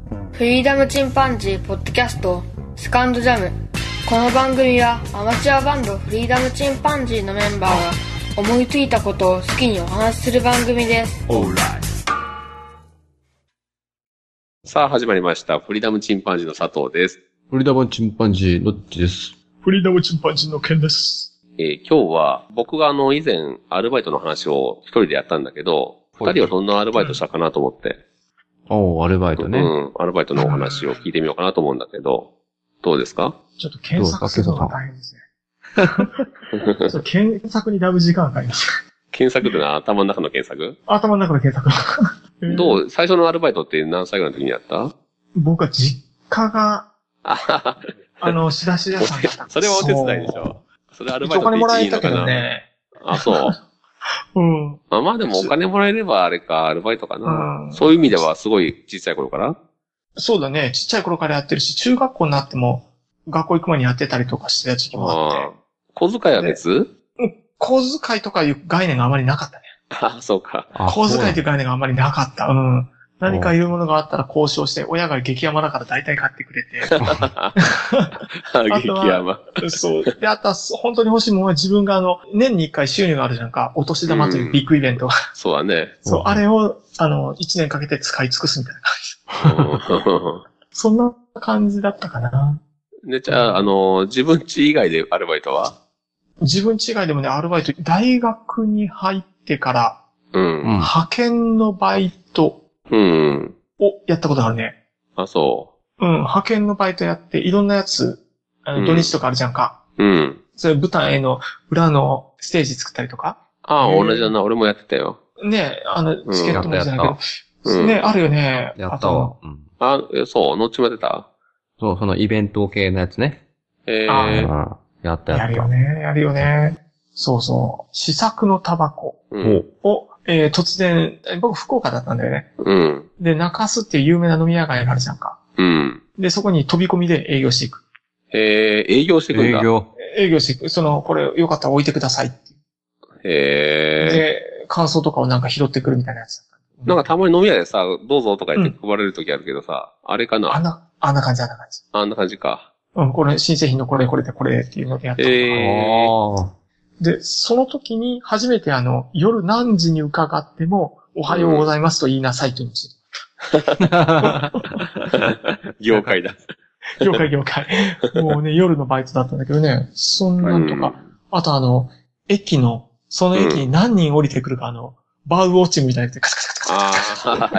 フリーダムチンパンジーポッドキャストセカンドジャム。この番組はアマチュアバンドフリーダムチンパンジーのメンバーが思いついたことを好きにお話しする番組です。 さあ始まりました。フリーダムチンパンジーの佐藤です。 フリーダムチンパンジーのっちです。 フリーダムチンパンジーのケンです。 今日は僕が以前アルバイトの話を一人でやったんだけど、二人はどんなアルバイトしたかなと思って。 おー、アルバイトね。 アルバイトのお話を聞いてみようかなと思うんだけど、どうですか？ ちょっと検索するのが大変ですね。ちょっと検索にだいぶ時間かかります。 検索ってのは頭の中の検索？ 頭の中の検索。 どう？最初のアルバイトって何歳ぐらいの時にやった？ 僕は実家が、仕出し屋さんだった。 それはお手伝いでしょ。それアルバイトってお金もらえたけ言っていいのかな？ どね。 あ、そう。 うん。 まあでもお金もらえればあれか、アルバイトかな。そういう意味ではすごい小さい頃から？ そうだね。ちっちゃい頃からやってるし、中学校になっても学校行く前にやってたりとかしてた時期もあって。 小遣いは別？ 小遣いとかいう概念があまりなかったね。 あ、そうか。 小遣いという概念があまりなかった。うん。何かいるものがあったら交渉して、親が激山だから大体買ってくれて。 激山。 そう。で、あとは本当に欲しいものは自分が年に一回収入があるじゃんか。お年玉というビッグイベントが。 そうだね。 そう、あれを、一年かけて使い尽くすみたいな感じ。そんな感じだったかな。 で、じゃあ、自分家以外でアルバイトは？ 自分家以外でもね、アルバイト、大学に入ってから、派遣のバイト、をやったことあるね。 あ、そう。 派遣のバイトやって、いろんなやつ、土日とかあるじゃんか。それ舞台の裏のステージ作ったりとか。 ああ、同じだな。俺もやってたよ。 ねチケットもじゃないけど。ね、あるよね。 やったわ。 そう、どっちもやってた？ そう、そのイベント系のやつね。やった。 やるよね。そうそう。試作のタバコを、突然、僕福岡だったんだよね。で、中洲っていう有名な飲み屋街があるじゃんか。で、そこに飛び込みで営業していく。 営業していくんだ。 営業していく。これよかったら置いてくださいっていう。で、感想とかをなんか拾ってくるみたいなやつだった。 なんかたまに飲み屋でさ、どうぞとか言って配れる時あるけどさ、あれかな？ あんな感じ。 あんな感じか。 これ、新製品のこれっていうのでやったのかな。で、その時に初めて夜何時に伺っても、おはようございますと言いなさいと言うんですよ。業界だ。 業界。もうね、夜のバイトだったんだけどね、そんなんとか。あとその駅に何人降りてくるかバーウォッチングみたいなやつでカチカチカチカチカチ。 はい。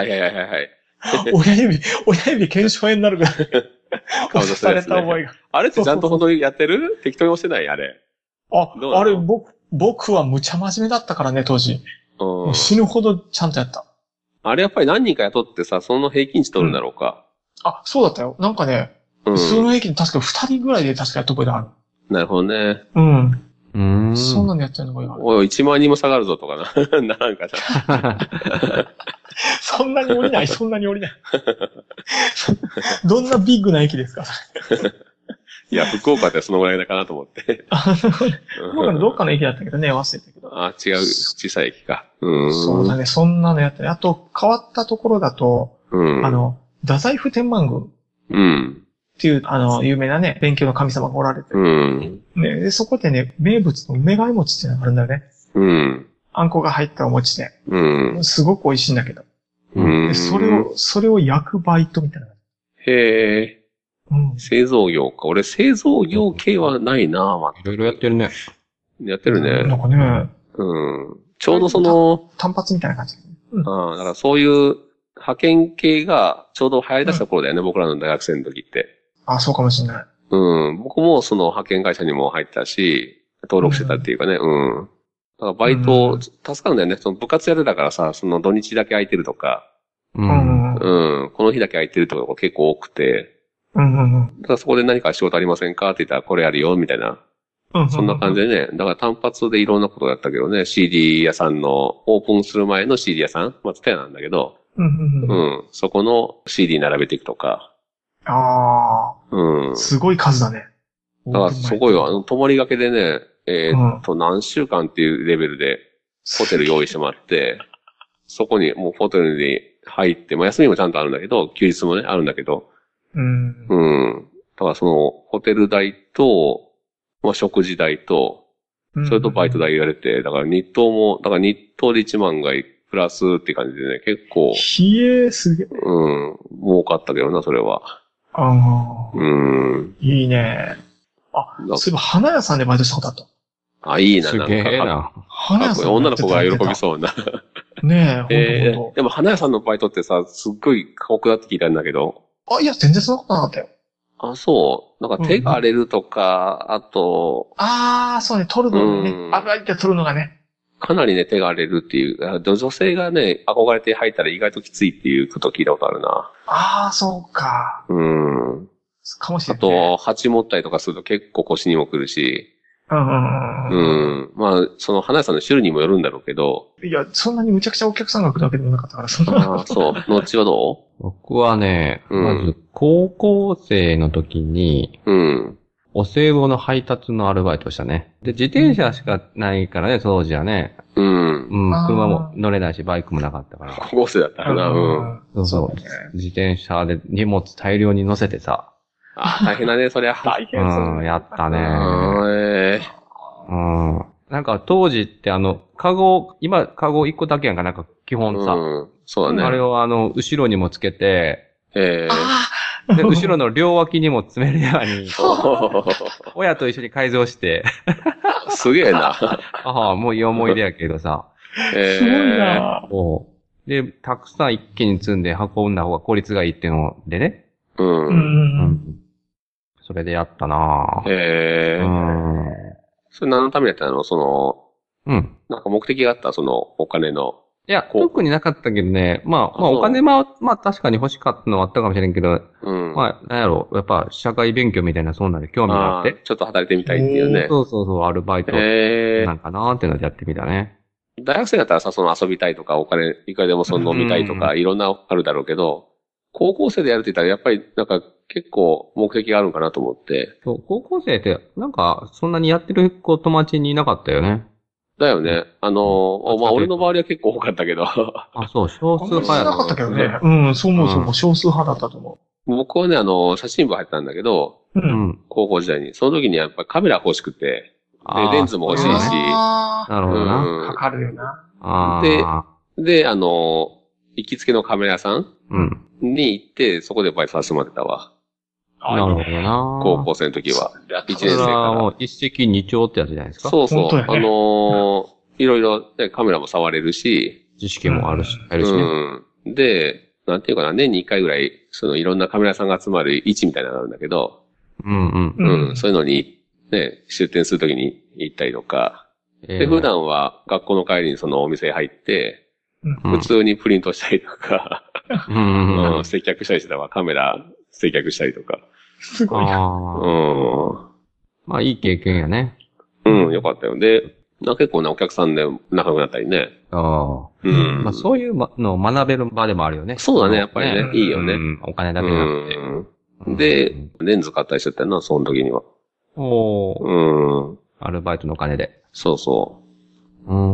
親指検証炎になるぐらい。押された覚えが。 あれってちゃんと本当にやってる？適当に押してないあれ。 あれ、僕はむちゃ真面目だったからね、当時。死ぬほどちゃんとやった。 あれやっぱり何人か雇ってさ、その平均値取るんだろうか。 そうだったよ。なんかね、その駅に確か2人ぐらいで確かやった覚えがある。 なるほどね。 そんなのやってるのがいいわ。 おい、1万人も下がるぞとかな。なんかじゃ。 そんなに降りない。どんなビッグな駅ですか？ いや、福岡ってそのぐらいだかなと思って。 福岡のどっかの駅だったけどね、忘れたけど。 違う、小さい駅か。 そうだね、そんなのやったり。あと、変わったところだと、太宰府天満宮。っていう、有名なね、勉強の神様がおられて。ね、で、そこでね、名物の梅貝餅っていうのがあるんだよね。あんこが入ったお餅で。すごく美味しいんだけど。でそれを焼くバイトみたいな。 へえ。製造業か。俺、製造業系はないな。 いろいろやってるね。 やってるね。 なんかね。 ちょうど単発みたいな感じ。 だからそういう派遣系がちょうど流行り出した頃だよね、僕らの大学生の時って。 そうかもしれない。 僕もその派遣会社にも入ったし、登録してたっていうかね、だからバイト、助かるんだよね。その部活やってたからさ、その土日だけ空いてるとか、この日だけ空いてるとか結構多くて、だからそこで何か仕事ありませんかって言ったらこれあるよ、みたいな。そんな感じでね。だから単発でいろんなことやったけどね、CD 屋さんの、オープンする前の CD 屋さん、ツタヤなんだけど、そこの CD 並べていくとか。 すごい数だね。 だからすごいよ。泊まりがけでね、何週間っていうレベルでホテル用意してもらって、そこにもうホテルに入って、まあ休みもちゃんとあるんだけど、休日もね、あるんだけど、うん。だからその、ホテル代と、まあ食事代と、それとバイト代言われて、だから日当で1万がプラスって感じでね、結構。 すげえ。 儲かったけどな、それは。 いいね。そういえば花屋さんでバイトしたことあった。 いいな、 すげえな。 花屋さん女の子が喜びそうな。 ねえ、ほんと。 でも花屋さんのバイトってさ、すっごい過酷だって聞いたんだけど。 いや、全然そんなことなかったよ。 そう。なんか手が荒れるとか、あと。 そうね、取るのね。油いって取るのがね。 かなりね、手が荒れるっていう。女性がね、憧れて入ったら意外ときついっていうことを聞いたことあるな。 そうか。かもしれない、 ね。あと、鉢持ったりとかすると結構腰にも来るし。まあ、その花屋さんの種類にもよるんだろうけど。 いや、そんなにむちゃくちゃお客さんが来るわけでもなかったから、そんな。 そう。のっちはどう？ 僕はね、まず、高校生の時に、お歳暮の配達のアルバイトをしたね。で、自転車しかないからね、当時はね。車も乗れないし、バイクもなかったから。 高校生だったかな、 そう。自転車で荷物大量に乗せてさ。 大変だね、そりゃ。 大変やったね。なんか当時ってカゴ1個だけやんか、なんか基本さ。 そうだね。 あれを後ろにもつけて、で、後ろの両脇にも詰めるように、親と一緒に改造して。 すげえな。 もういい思い出やけどさ。 すごいな。 で、たくさん一気に積んで運んだ方が効率がいいっていうのでね。それでやったなそれ何のためにやったの？なんか目的があった、そのお金の。 いや、特になかったけどね。まあお金は、確かに欲しかったのはあったかもしれんけど、なんやろ、やっぱ社会勉強みたいなそんなで興味があって。 ちょっと働いてみたいっていうね。 そう、アルバイトなんかなーってのでやってみたね。 大学生だったらさ、その遊びたいとか、お金、いくらでもその飲みたいとか、いろんなあるだろうけど、高校生でやるって言ったらやっぱりなんか結構目的があるのかなと思って。 そう、高校生ってなんかそんなにやってる子友達にいなかったよね。 だよね。まあ、俺の周りは結構多かったけど。 そう、少数派やなかったけどね。そう思う、少数派だったと思う。僕はね、写真部入ったんだけど、高校時代に。その時にやっぱりカメラ欲しくて、で、レンズも欲しいし。 なるほどな。 かかるよな。 で、行きつけのカメラ屋さんに行って、そこでバイトさせてもらってたわ。 なるほどな。 高校生の時は。1年生から。もう一石二鳥ってやつじゃないですか。 そう。いろいろ、ね、カメラも触れるし。 知識もあるしね。で、なんていうかな、年に1回ぐらい、いろんなカメラさんが集まる位置みたいなのがあるんだけど。そういうのに、ね、出店するときに行ったりとか。で、普段は学校の帰りにそのお店へ入って、普通にプリントしたりとか、接客したりしてたわ。カメラ接客したりとか。 すごいな。 まあいい経験やね。 よかったよ。で、結構ね、お客さんで仲良くなったりね。 まあそういうのを学べる場でもあるよね。 そうだね、やっぱりね。いいよね。 お金だけじゃなくて。で、レンズ買ったりしてたよな、その時には。 アルバイトのお金で。 そう。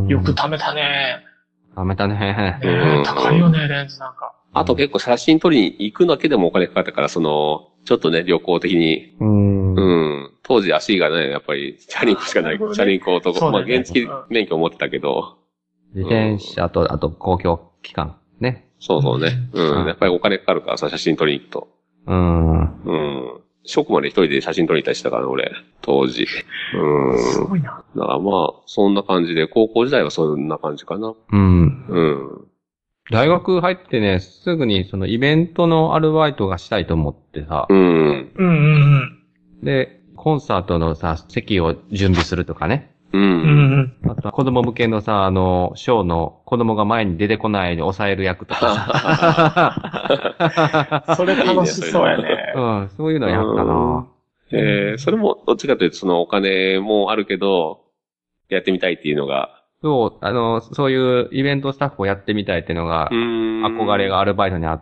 よく貯めたね。 貯めたね。 高いよね、レンズなんか。 あと結構写真撮りに行くだけでもお金かかったから、ちょっとね、旅行的に。当時足がね、やっぱり、チャリンコしかない。チャリンコと、まあ、原付免許を持ってたけど。 自転車と、あと公共機関。ね。 そうね。やっぱりお金かかるからさ、写真撮りに行くと。ショックまで一人で写真撮りに行ったりしたからね、俺、当時。 すごいな。 だからまあ、そんな感じで、高校時代はそんな感じかな。 大学入ってね、すぐにそのイベントのアルバイトがしたいと思ってさ。で、コンサートのさ、席を準備するとかね。あとは子供向けのさ、ショーの子供が前に出てこないように抑える役とかさ。それ楽しそうやね。 そういうのやったな。 それもどっちかというとそのお金もあるけど、やってみたいっていうのが。 そう、そういうイベントスタッフをやってみたいっていうのが、憧れがアルバイトにあって、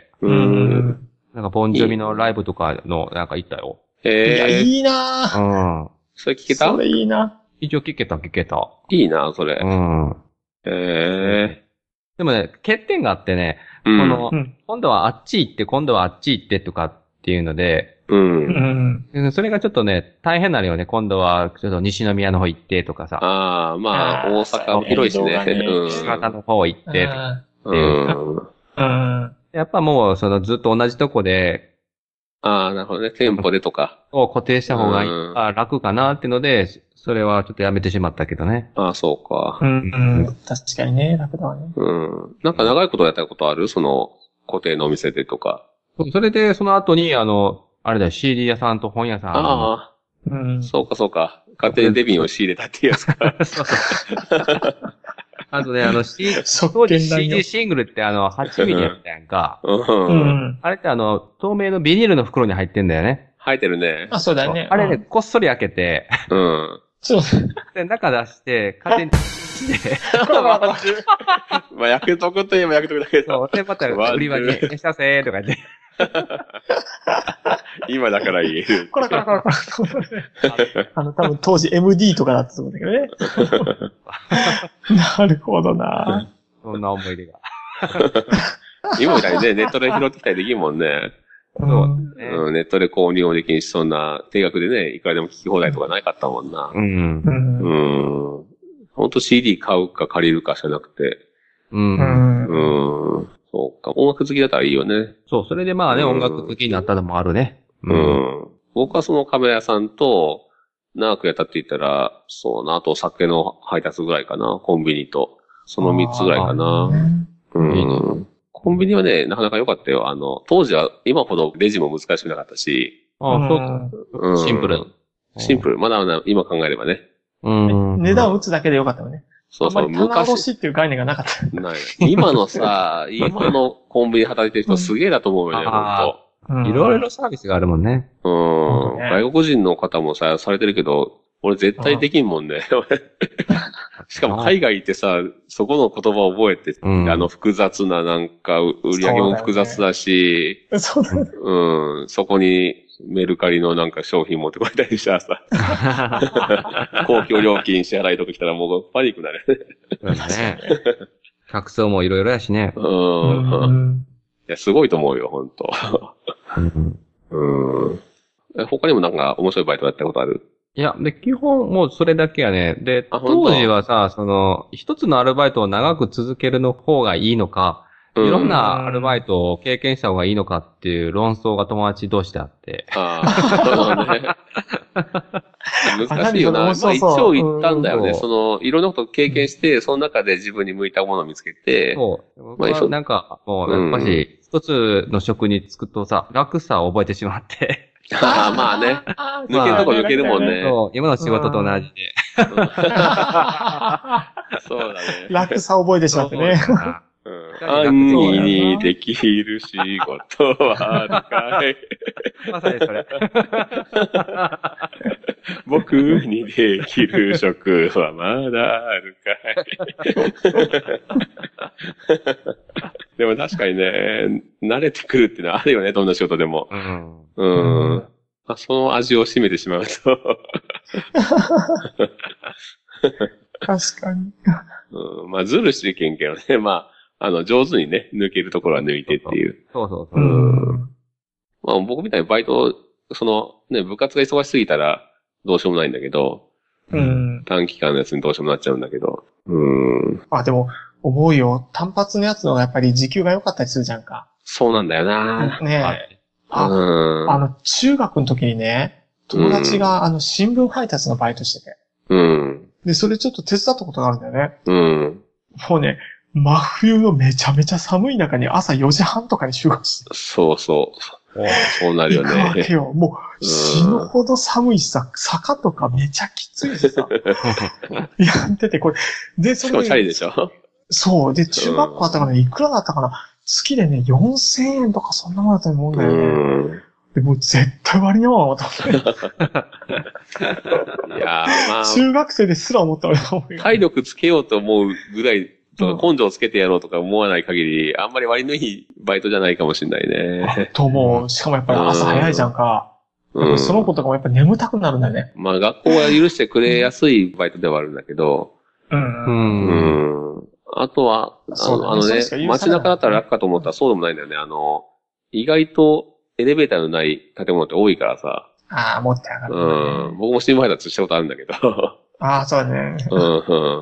なんかボンジョビのライブとかの、なんか行ったよ。 いや、いいなぁ。それ聞けた？ それいいな。 一応聞けた。 いいな、それ。 でもね、欠点があってね、 今度はあっち行って、今度はあっち行ってとかっていうので、それがちょっとね、大変なるよね。今度は、ちょっと西宮の方行ってとかさ。 ああ、まあ、大阪広いしね。 新潟の方行ってとかっていうやっぱもう、ずっと同じとこで、 ああ、なるほどね。店舗でとか。 を固定した方が楽かなっていうので、それはちょっとやめてしまったけどね。 ああ、そうか。 確かにね、楽だわね。 なんか長いことやったことある固定のお店でとか。 それで、その後に、あれだよ、CD 屋さんと本屋さん。 ああ。そうか、そうか。勝手にデビンを仕入れたっていうやつか。 あとね、当時 CD シングルって8ミリやったやんか。あれって透明のビニールの袋に入ってんだよね。 入ってるね。 あ、そうだね。 あれね、こっそり開けて。 そう。 で、中出して、勝手にして。 まあ、焼くとこといえば焼くとこだけど。 そう、で、また売り場に、いらっしゃいませーとか言って。 今だから言える。 こら。多分当時 MD とかだったと思うんだけどね。なるほどな。 そんな思い出が。 今みたいにね、ネットで拾ってきたりできるもんね。ネットで購入もできんし、そんな定額でね、いくらでも聞き放題とかなかったもんな。ほんと CD 買うか借りるかじゃなくて。そうか。音楽好きだったらいいよね。 そう、それでまあね、音楽好きになったのもあるね。 僕はそのカメラ屋さんと、長くやったって言ったら、そうな、あと酒の配達ぐらいかな。コンビニと。その3つぐらいかな。コンビニはね、なかなか良かったよ。当時は今ほどレジも難しくなかったし。 そうシンプル。 シンプル。まだまだ今考えればね。 値段を打つだけでよかったよね。 そうそう、 昔。棚卸しっていう概念がなかった。 ない。今のコンビニ働いてる人すげえだと思うよね、ほんと。 いろいろサービスがあるもんね。 外国人の方もされてるけど、俺絶対できんもんね。しかも海外行ってさ、そこの言葉を覚えて、複雑ななんか、売り上げも複雑だし、 そうだね。 そこにメルカリのなんか商品持ってこいたりしたらさ、公共料金支払いとか来たらもうパニックになるね。客層もいろいろやしね。 いや、すごいと思うよ、ほんと。他にもなんか面白いバイトやったことある？ いや、で、基本もうそれだけやね。で、当時はさ、一つのアルバイトを長く続けるの方がいいのか、いろんなアルバイトを経験した方がいいのかっていう論争が友達同士であって。 難しいよな。まあ一応言ったんだよね。いろんなことを経験して、その中で自分に向いたものを見つけて。 そう。まあ、なんか、もう、やっぱし、一つの職に就くとさ、楽さを覚えてしまって。 まあね。抜けるとこ抜けるもんね。 そう、今の仕事と同じで。 そうだね。 楽さを覚えてしまってね。 安易にできる仕事はあるかい。 まさにそれ。 僕にできる職はまだあるかい。でも確かにね、慣れてくるっていうのはあるよね、どんな仕事でも。その味を占めてしまうと。 確かに。 まあ、ずるしていけんけどね。まあ、上手にね、抜けるところは抜いてっていう。 そう。 まあ、僕みたいにバイト、部活が忙しすぎたらどうしようもないんだけど、短期間のやつにどうしようもなっちゃうんだけど。 でも、思うよ。単発のやつのやっぱり時給が良かったりするじゃんか。 そうなんだよな。 ねえ。中学の時にね、友達が新聞配達のバイトしてて。で、それちょっと手伝ったことがあるんだよね。もうね、真冬のめちゃめちゃ寒い中に朝4時半とかに集合して。 そう。そうなるよね。 行くわけよ。もう死ぬほど寒いしさ、坂とかめちゃきついしさ。やってて、これ。で、それで。 しかもチャリでしょ？ そう。で、中学校あったからね、いくらだったかな？月でね、4000円とかそんなもんだったと思うんだよね。で、もう絶対割に合わんわと思って。 いやまあ。 中学生ですら思った俺は。 体力つけようと思うぐらい、根性つけてやろうとか思わない限り、あんまり割のいいバイトじゃないかもしれないね。 と思う。しかもやっぱり朝早いじゃんか。その子とかもやっぱ眠たくなるんだよね。 まあ学校は許してくれやすいバイトではあるんだけど、 あとは、街中だったら楽かと思ったらそうでもないんだよね。意外とエレベーターのない建物って多いからさ。 ああ、持って上がる、ね。 うん。僕も新米だとしたことあるんだけど。 ああ、そうだね。 うん。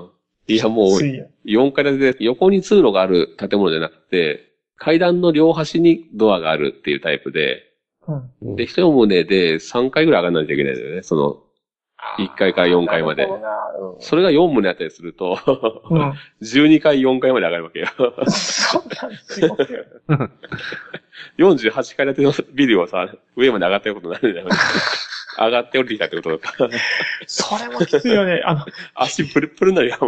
いや、もう、4階建てで横に通路がある建物じゃなくて、階段の両端にドアがあるっていうタイプで、うん、で、一棟で3階ぐらい上がらないといけないんだよね。その、1階から4階まで。それが4棟あったりすると、うん、12階、4階まで上がるわけよ。 そうなん地獄よ。 48階建てのビルをさ、上まで上がったことになるんだよね。上がって降りてきたってことか。 それもきついよね。 足プルプルになるよ、も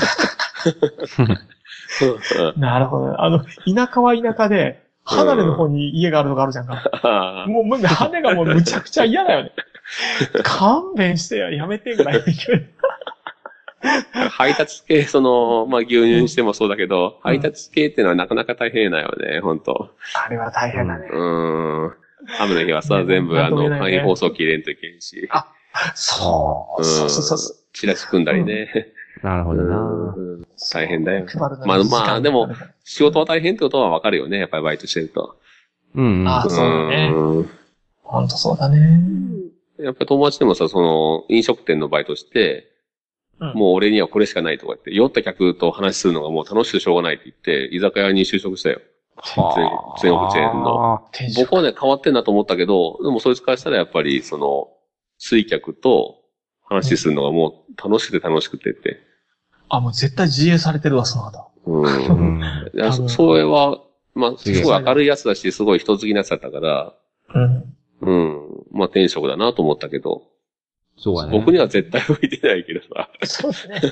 う。なるほど。田舎は田舎で、離れの方に家があるのがあるじゃんか。もう、羽がもうむちゃくちゃ嫌だよね。勘弁してよ、やめてぐらいの勢い。 配達系、牛乳にしてもそうだけど、配達系っていうのはなかなか大変だよね、ほんと。 あれは大変だね。 雨の日はさ、全部簡易放送機入れんといけんし。 あ、そう。 チラシ組んだりね。 なるほどな。 大変だよ。まあ、でも、仕事は大変ってことはわかるよね、やっぱりバイトしてると。 ああ、そうだね。ほんとそうだね。 やっぱり友達でもさ、飲食店のバイトして、もう俺にはこれしかないとか言って、酔った客と話するのがもう楽しくてしょうがないって言って、居酒屋に就職したよ。全国チェーンの。僕はね、変わってんなと思ったけど、でもそいつからしたらやっぱり、水客と話するのがもう楽しくて楽しくてって。 あ、もう絶対自衛されてるわ、その方。 いや、それは、まあ、すごい明るいやつだし、すごい人好きなやつだったから、まあ、転職だなと思ったけど。 そうだね。 僕には絶対向いてないけどさ。 そうですね。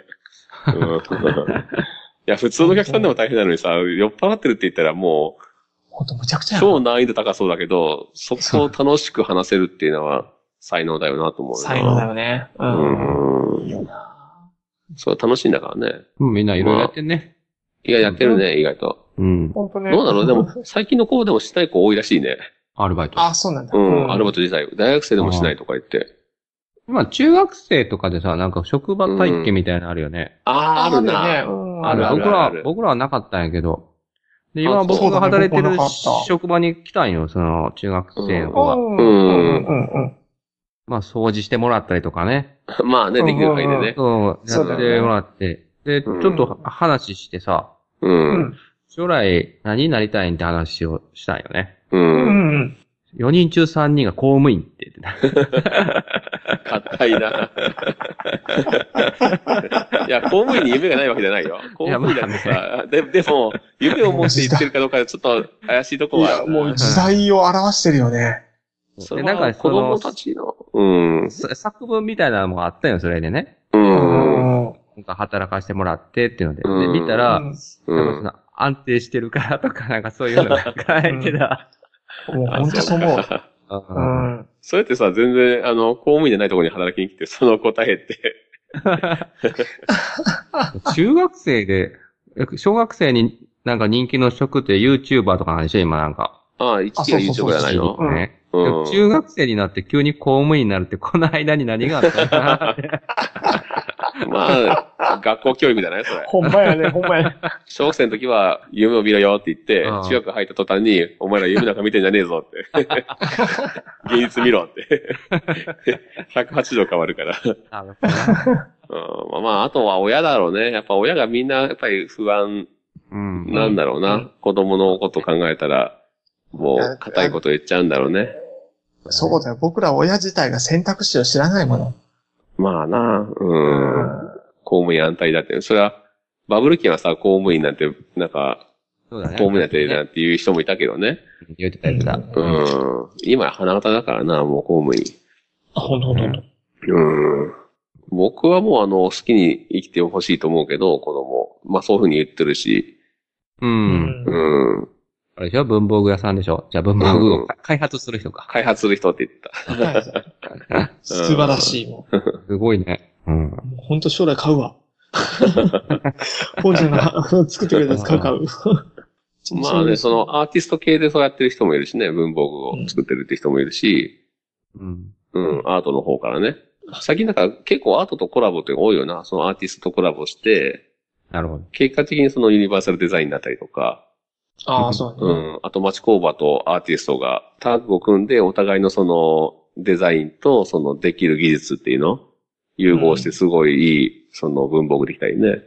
いや、普通のお客さんでも大変なのにさ、酔っ払ってるって言ったらもう、 ほんとむちゃくちゃ超難易度高そうだけど、そこを楽しく話せるっていうのは才能だよなと思う。 才能だよね。いいな。 それは楽しいんだからね。 みんないろいろやってんね。 いや、やってるね、意外と。 本当ね。 どうなのでも、最近の子でもしない子多いらしいね。 アルバイト。 あ、そうなんだ。 アルバイト自体。大学生でもしないとか言って。 今、中学生とかでさ、なんか職場体験みたいなのあるよね。 あるね。 ある。僕らはなかったんやけど。で、今僕が働いてる職場に来たんよ、中学生の子が。まあ、掃除してもらったりとかね。 まあね、できる範囲でね。 そう、やってもらって。で、ちょっと話してさ。将来何になりたいんって話をしたんよね。4人中3人が公務員って言ってた。 硬いな。いや、公務員に夢がないわけじゃないよ。公務員だってさ、でも、夢を持って言ってるかどうかちょっと怪しいとこはある。 もう時代を表してるよね。 それなんか子供たちの、 作文みたいなのもあったよ、それでね。なんか働かせてもらってっていうので。で、見たら、なんか安定してるからとか、なんかそういうのが書いてた。 もう本当そう思う。 それってさ、全然、公務員じゃないところに働きに来て、その答えって。 中学生で、小学生になんか人気の職って YouTuber とかなんでしょ今なんか。 ああ、一時は YouTuber じゃないの中学生になって急に公務員になるって、この間に何があったのかなって。 まあ、学校教育じゃないそれ。 ほんまやね。 小学生の時は夢を見ろよって言って、中学入った途端に、お前ら夢なんか見てんじゃねえぞって。現実見ろって。180度変わるから。まあ、あとは親だろうね。やっぱ親がみんな、やっぱり不安、なんだろうな。子供のこと考えたら、もう、固いこと言っちゃうんだろうね。 そうだよ。僕ら親自体が選択肢を知らないもの。 まあな、公務員安泰だって。それは、バブル期はさ、公務員なんて、なんか、公務員なんて、なんていう人もいたけどね。 言ってたやつだ。 今、花形だからな、もう公務員。 ほんと。 僕はもう好きに生きてほしいと思うけど、子供。まあそういうふうに言ってるし。 あれでしょ文房具屋さんでしょじゃあ文房具を開発する人か。 開発する人って言った。 素晴らしいもん。 すごいね。 ほんと将来買うわ。本社が作ってくれたやつ買う。 まあね、そのアーティスト系でそうやってる人もいるしね、文房具を作ってるって人もいるし、アートの方からね。最近なんか結構アートとコラボって多いよな。そのアーティストとコラボして、 なるほど。 結果的にそのユニバーサルデザインだったりとか、 ああ、そうだね。 あと町工場とアーティストがタッグを組んでお互いのそのデザインとそのできる技術っていうの融合してすごいいいその文房具できたりね。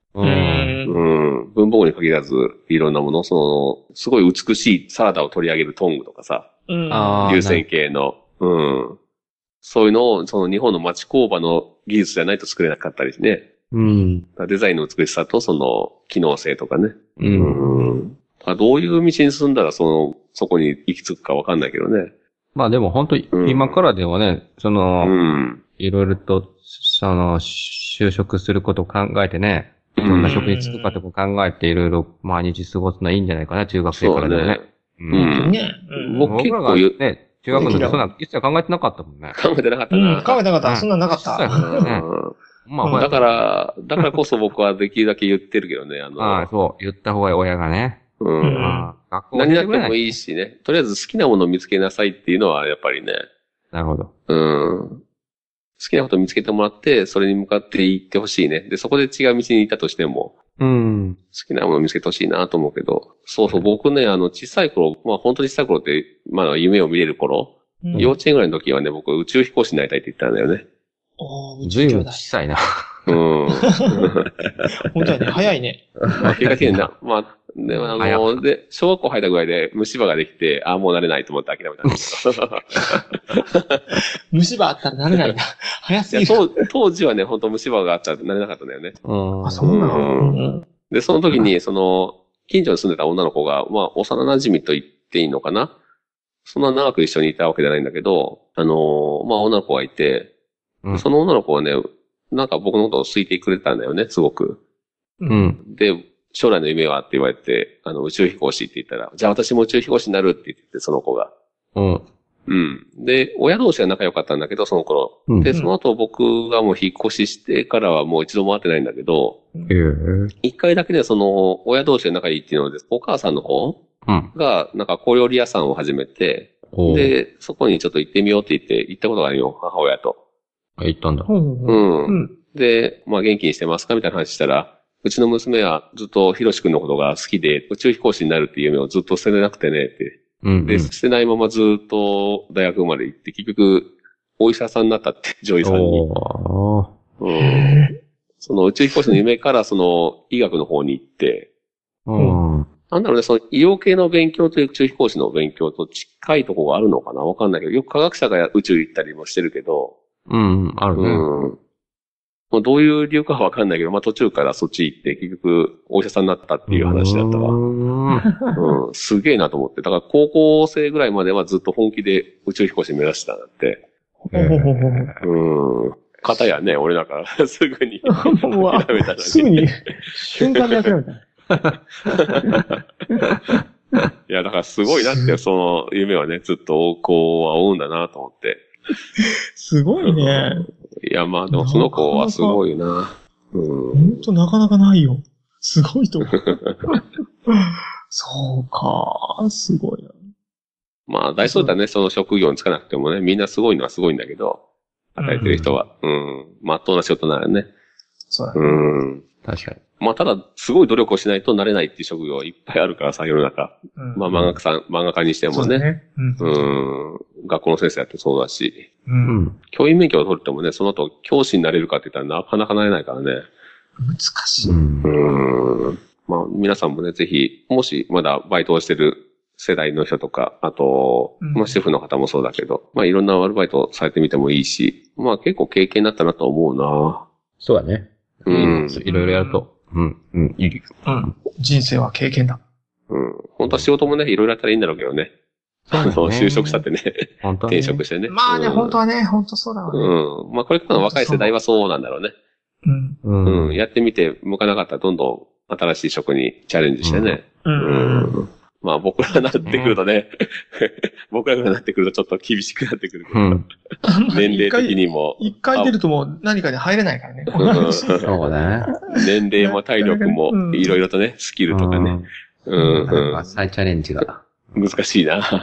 文房具に限らずいろんなもの、そのすごい美しいサラダを取り上げるトングとかさ、流線形の、そういうのをその日本の町工場の技術じゃないと作れなかったりね。デザインの美しさとその機能性とかね。どういう道に進んだらそこに行き着くかわかんないけどね。 まあでも本当今からではね、いろいろと、就職することを考えてね、どんな職に就くかとか考えていろいろ毎日過ごすのはいいんじゃないかな、中学生からでもね。僕結構ね、中学の時そんな一切考えてなかったもんね。 考えてなかったな。 考えてなかった。そんなんなかった。 まあ、だからこそ僕はできるだけ言ってるけどね、 そう、言った方がいい親がね。 何やってもいいしね。とりあえず好きなものを見つけなさいっていうのはやっぱりね。 なるほど。 好きなことを見つけてもらって、それに向かって行ってほしいね。で、そこで違う道に行ったとしても、好きなものを見つけてほしいなと思うけど、そうそう、僕ね、小さい頃、まあ本当に小さい頃って、まあ夢を見れる頃、幼稚園ぐらいの時はね、僕宇宙飛行士になりたいって言ったんだよね。 ずいぶん小さいな。 本当だね、早いね。 結果的にな、まあ、でもで、小学校入ったぐらいで虫歯ができて、もう慣れないと思って諦めたんですけど。 虫歯あったら慣れないな。早すぎる。 当時はね、本当虫歯があったら慣れなかったんだよね。 そうなの？ で、その時に、近所に住んでた女の子が、まあ、幼馴染と言っていいのかな？そんな長く一緒にいたわけじゃないんだけど、まあ、女の子がいて、その女の子はね、なんか僕のことを好いてくれたんだよね、すごく。で、将来の夢はって言われて、宇宙飛行士って言ったら、じゃあ私も宇宙飛行士になるって言って、その子が。で、親同士は仲良かったんだけど、その頃。で、その後僕がもう引っ越ししてからはもう一度も会ってないんだけど、一回だけで親同士で仲いいっていうので、お母さんの方が、なんか小料理屋さんを始めて、で、そこにちょっと行ってみようって言って、行ったことがあるよ、母親と。 行ったんだ。 で、まあ元気にしてますかみたいな話したら、うちの娘はずっとヒロシ君のことが好きで、宇宙飛行士になるっていう夢をずっと捨てなくてね、って。で、捨てないままずっと大学まで行って、結局、お医者さんになったって、女医さんに。その宇宙飛行士の夢から医学の方に行って、なんだろうね、医療系の勉強と宇宙飛行士の勉強と近いところがあるのかなわかんないけど、よく科学者が宇宙行ったりもしてるけど、 あるね。 どういう理由かはわかんないけど、まあ途中からそっち行って、結局、お医者さんになったっていう話だったわ。すげえなと思って。だから高校生ぐらいまではずっと本気で宇宙飛行士目指してたんだって。片やね、俺なんかすぐに諦めたのに。 すぐに、瞬間で諦めた。 いや、だからすごいなって、その夢はね、ずっとこうは追うんだなと思って。 すごいね。 いや、まあでもその子はすごいな。 ほんとなかなかないよ。すごいと思う。そうか、すごいな。 まあ大そうだね、その職業に就かなくてもね、みんなすごいのはすごいんだけど、与えてる人は。まっとうな仕事ならね。 そうだね。確かに。 まあただ、すごい努力をしないとなれないっていう職業いっぱいあるからさ、世の中。まあ漫画家にしてもね。学校の先生だってそうだし。教員免許を取ってもね、その後教師になれるかって言ったらなかなかなれないからね。 難しい。 まあ皆さんもね、ぜひ、もしまだバイトをしてる世代の人とか、あと、まあ主婦の方もそうだけど、まあいろんなアルバイトされてみてもいいし、まあ結構経験になったなと思うな。 そうだね。いろいろやると。いい。 人生は経験だ。 本当は仕事もね、いろいろやったらいいんだろうけどね。就職したってね。転職してね。 まあね、本当はね、本当そうだわね。 まあこれからの若い世代はそうなんだろうね。やってみて向かなかったらどんどん新しい職にチャレンジしてね。まあ僕らになってくるとね、僕らがなってくるとちょっと厳しくなってくるけど、年齢的にも。 一回出るともう何かに入れないからね。 そうね。 年齢も体力もいろいろとね、スキルとかね。 再チャレンジが。 難しいな。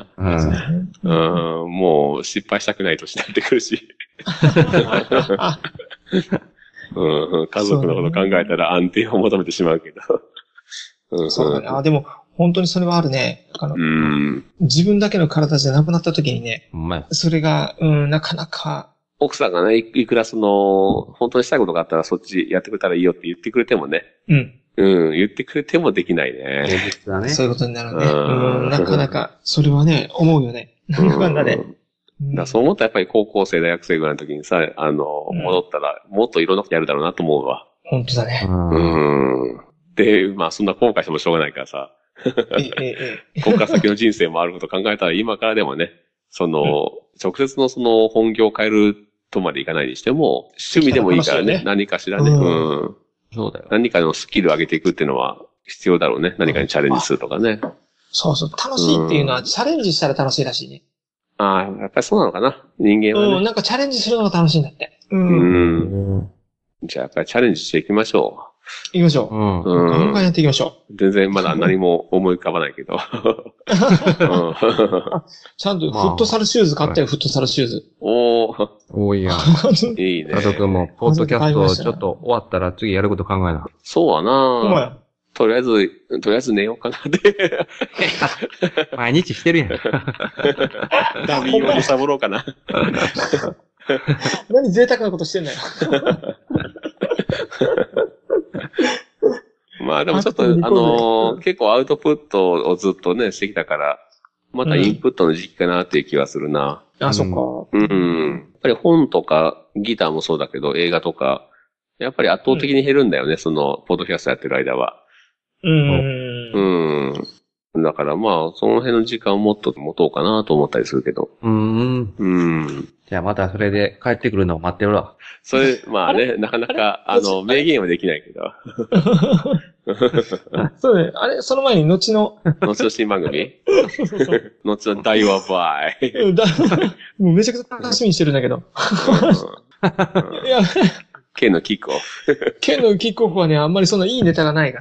もう失敗したくない年になってくるし。 うん、家族のこと考えたら安定を求めてしまうけど。 そうだね。あ、でも、本当にそれはあるね。自分だけの体じゃなくなった時にね、それが、なかなか。 奥さんがね、いくら本当にしたいことがあったらそっちやってくれたらいいよって言ってくれてもね。言ってくれてもできないね。 そういうことになるね。なかなか、それはね、思うよね。なんだかんだで。 そう思ったらやっぱり高校生、大学生ぐらいの時にさ、戻ったら、もっといろんなことやるだろうなと思うわ。 本当だね。 で、まあそんな後悔してもしょうがないからさ。ここから先の人生もあること考えたら今からでもね、直接の本業を変えるとまでいかないにしても、趣味でもいいからね、何かしらね。そうだよ。何かのスキルを上げていくっていうのは必要だろうね。何かにチャレンジするとかね。 そうそう。楽しいっていうのは、チャレンジしたら楽しいらしいね。 ああ、やっぱりそうなのかな。人間はね。 なんかチャレンジするのが楽しいんだって。 じゃあやっぱりチャレンジしていきましょう。 行きましょう。ガンガンやっていきましょう。全然まだ何も思い浮かばないけど。 ちゃんとフットサルシューズ買ったよ、フットサルシューズ。 おーいや。 いいね。 佐藤君も、ポッドキャストちょっと終わったら次やること考えな。 そうはなとりあえず寝ようかなって。 毎日してるやん。 ビーをサボろうかな。 何贅沢なことしてんだよ。 まあでもちょっと結構アウトプットをずっとね、してきたから、またインプットの時期かなっていう気はするな。 あ、そっか。 やっぱり本とかギターもそうだけど、映画とか、やっぱり圧倒的に減るんだよね、ポッドキャストやってる間は。だからまあ、その辺の時間をもっと持とうかなと思ったりするけど。 じゃあまたそれで帰ってくるのを待ってるわ。 それ、まあね、なかなか、明言はできないけど。 そうね。あれ、その前に後の新番組後の大話バイ。 もうめちゃくちゃ楽しみにしてるんだけど。いや、 K のキックオフ。 K のキックオフはね、あんまりそんないいネタがないから。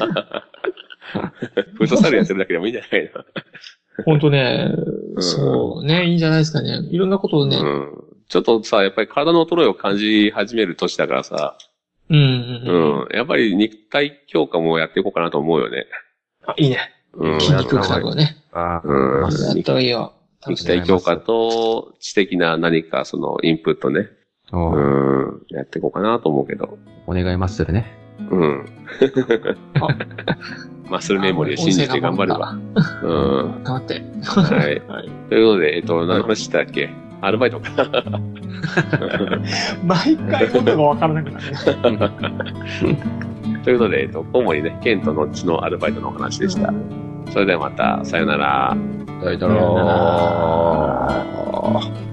フットサルやってるだけでもいいんじゃないの？ ほんとね、そうね、いいんじゃないですかね。いろんなことをね。 ちょっとさ、やっぱり体の衰えを感じ始める年だからさ。やっぱり肉体強化もやっていこうかなと思うよね。 あ、いいね。筋肉クラブをね。やった方がいいよ。 肉体強化と知的な何かインプットね。やっていこうかなと思うけど。 お願いマッスルね。 マッスルメモリーを信じて頑張るわ。 頑張って。 はい。ということで、何の話したっけ？アルバイトか。 毎回ことがわからなくなる。 ということで、主にね、ケンとノッチのアルバイトのお話でした。それではまた、さよなら。 さよなら。